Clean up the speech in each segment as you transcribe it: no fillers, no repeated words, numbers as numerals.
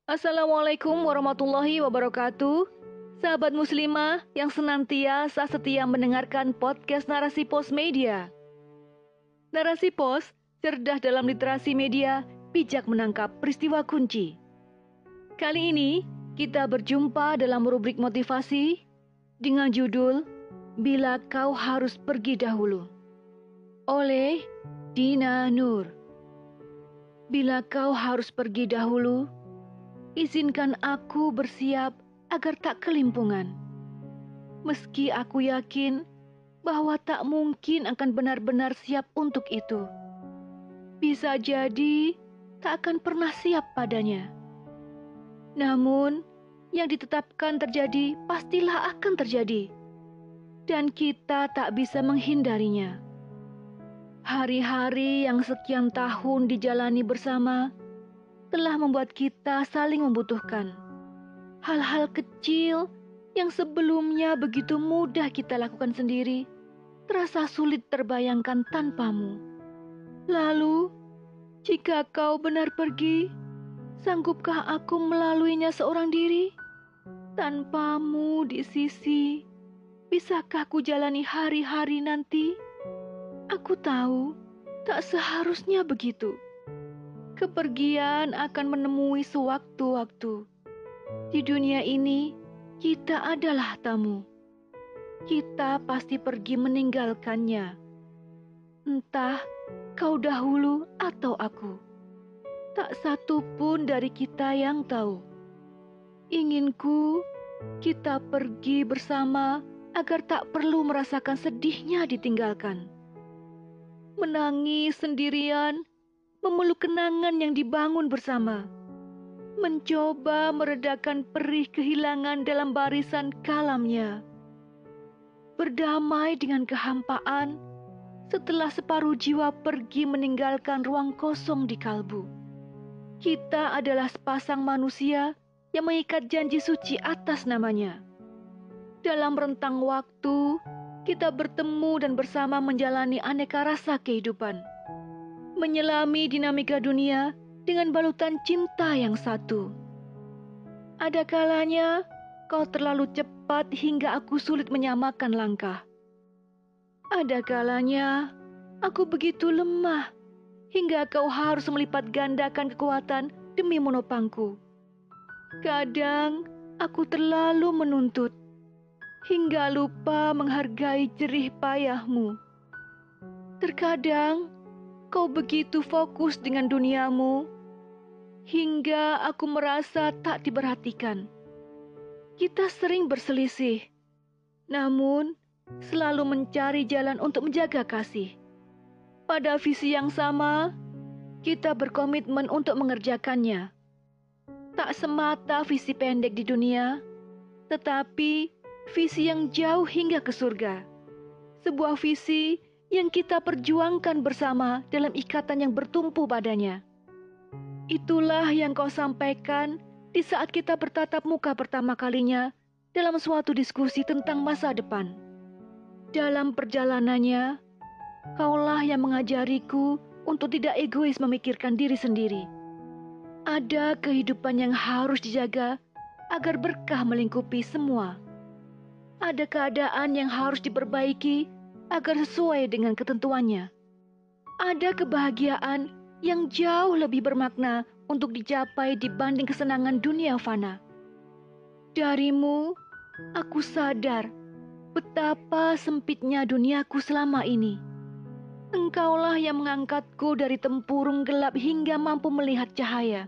Assalamualaikum warahmatullahi wabarakatuh. Sahabat muslimah yang senantiasa setia mendengarkan podcast Narasi Pos Media. Narasi Pos, cerdas dalam literasi media, bijak menangkap peristiwa kunci. Kali ini, kita berjumpa dalam rubrik motivasi dengan judul Bila Kau Harus Pergi Dahulu, oleh Dina Nur. Bila kau harus pergi dahulu, izinkan aku bersiap agar tak kelimpungan. Meski aku yakin bahwa tak mungkin akan benar-benar siap untuk itu. Bisa jadi tak akan pernah siap padanya. Namun, yang ditetapkan terjadi pastilah akan terjadi. Dan kita tak bisa menghindarinya. Hari-hari yang sekian tahun dijalani bersama telah membuat kita saling membutuhkan. Hal-hal kecil yang sebelumnya begitu mudah kita lakukan sendiri, terasa sulit terbayangkan tanpamu. Lalu, jika kau benar pergi, sanggupkah aku melaluinya seorang diri? Tanpamu di sisi, bisakah ku jalani hari-hari nanti? Aku tahu, tak seharusnya begitu. Kepergian akan menemui sewaktu-waktu. Di dunia ini, kita adalah tamu. Kita pasti pergi meninggalkannya. Entah kau dahulu atau aku. Tak satu pun dari kita yang tahu. Inginku, kita pergi bersama agar tak perlu merasakan sedihnya ditinggalkan. Menangis sendirian, memeluk kenangan yang dibangun bersama, mencoba meredakan perih kehilangan dalam barisan kalamnya, berdamai dengan kehampaan setelah separuh jiwa pergi meninggalkan ruang kosong di kalbu. Kita adalah sepasang manusia yang mengikat janji suci atas namanya. Dalam rentang waktu, kita bertemu dan bersama menjalani aneka rasa kehidupan. Menyelami dinamika dunia dengan balutan cinta yang satu. Ada kalanya kau terlalu cepat hingga aku sulit menyamakan langkah. Ada kalanya aku begitu lemah hingga kau harus melipat gandakan kekuatan demi menopangku. Kadang aku terlalu menuntut hingga lupa menghargai jerih payahmu. Terkadang kau begitu fokus dengan duniamu hingga aku merasa tak diperhatikan. Kita sering berselisih, namun selalu mencari jalan untuk menjaga kasih. Pada visi yang sama, kita berkomitmen untuk mengerjakannya. Tak semata visi pendek di dunia, tetapi visi yang jauh hingga ke surga. Sebuah visi yang kita perjuangkan bersama dalam ikatan yang bertumpu padanya. Itulah yang kau sampaikan di saat kita bertatap muka pertama kalinya dalam suatu diskusi tentang masa depan. Dalam perjalanannya, kaulah yang mengajariku untuk tidak egois memikirkan diri sendiri. Ada kehidupan yang harus dijaga agar berkah melingkupi semua. Ada keadaan yang harus diperbaiki agar sesuai dengan ketentuannya. Ada kebahagiaan yang jauh lebih bermakna untuk dicapai dibanding kesenangan dunia fana. Darimu, aku sadar betapa sempitnya duniaku selama ini. Engkaulah yang mengangkatku dari tempurung gelap hingga mampu melihat cahaya.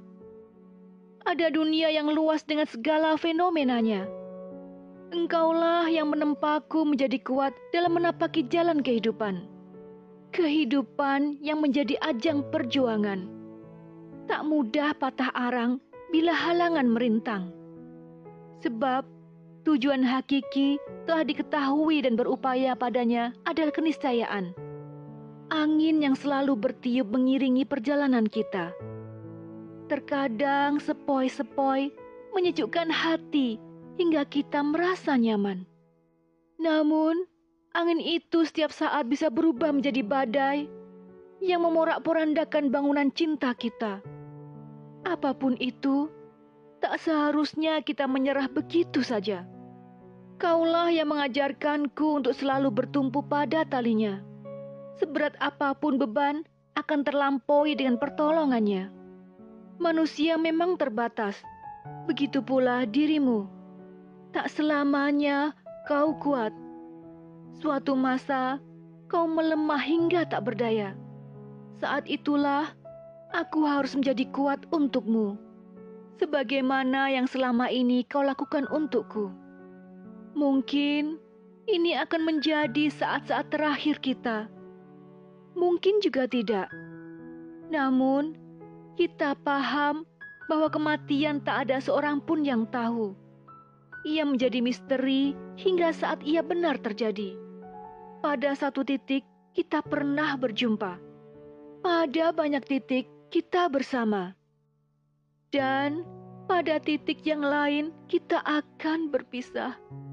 Ada dunia yang luas dengan segala fenomenanya. Engkaulah yang menempaku menjadi kuat dalam menapaki jalan kehidupan. Kehidupan yang menjadi ajang perjuangan. Tak mudah patah arang bila halangan merintang. Sebab tujuan hakiki telah diketahui dan berupaya padanya adalah keniscayaan. Angin yang selalu bertiup mengiringi perjalanan kita. Terkadang sepoi-sepoi menyejukkan hati hingga kita merasa nyaman. Namun, angin itu setiap saat bisa berubah menjadi badai yang memorak-porandakan bangunan cinta kita. Apapun itu, Tak seharusnya kita menyerah begitu saja. Kaulah yang mengajarkanku untuk selalu bertumpu pada talinya. Seberat apapun beban akan terlampaui dengan pertolongannya. Manusia memang terbatas, begitu pula dirimu. Tak selamanya kau kuat. Suatu masa kau melemah hingga tak berdaya. Saat itulah aku harus menjadi kuat untukmu, sebagaimana yang selama ini kau lakukan untukku. Mungkin ini akan menjadi saat-saat terakhir kita. Mungkin juga tidak. Namun, kita paham bahwa kematian tak ada seorang pun yang tahu. Ia menjadi misteri hingga saat ia benar terjadi. Pada satu titik, kita pernah berjumpa. Pada banyak titik, kita bersama. Dan pada titik yang lain, kita akan berpisah.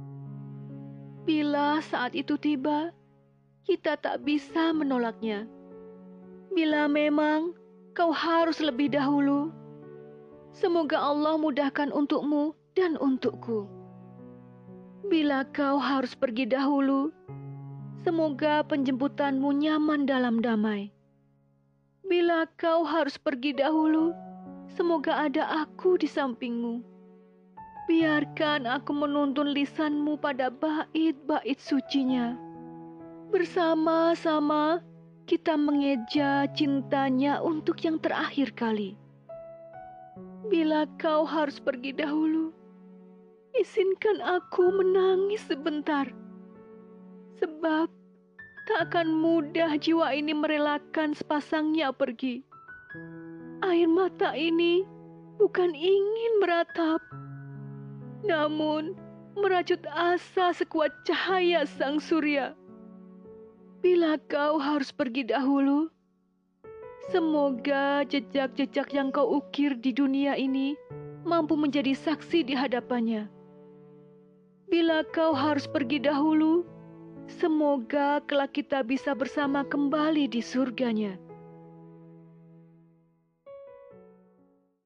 Bila saat itu tiba, kita tak bisa menolaknya. Bila memang kau harus lebih dahulu, semoga Allah mudahkan untukmu dan untukku. Bila kau harus pergi dahulu, semoga penjemputanmu nyaman dalam damai. Bila kau harus pergi dahulu, semoga ada aku di sampingmu. Biarkan aku menuntun lisanmu pada bait-bait sucinya. Bersama-sama kita mengeja cintanya untuk yang terakhir kali. Bila kau harus pergi dahulu, izinkan aku menangis sebentar. Sebab tak akan mudah jiwa ini merelakan sepasangnya pergi. Air mata ini bukan ingin meratap, namun merajut asa sekuat cahaya sang surya. Bila kau harus pergi dahulu, semoga jejak-jejak yang kau ukir di dunia ini mampu menjadi saksi di hadapannya. Bila kau harus pergi dahulu, semoga kelak kita bisa bersama kembali di surganya.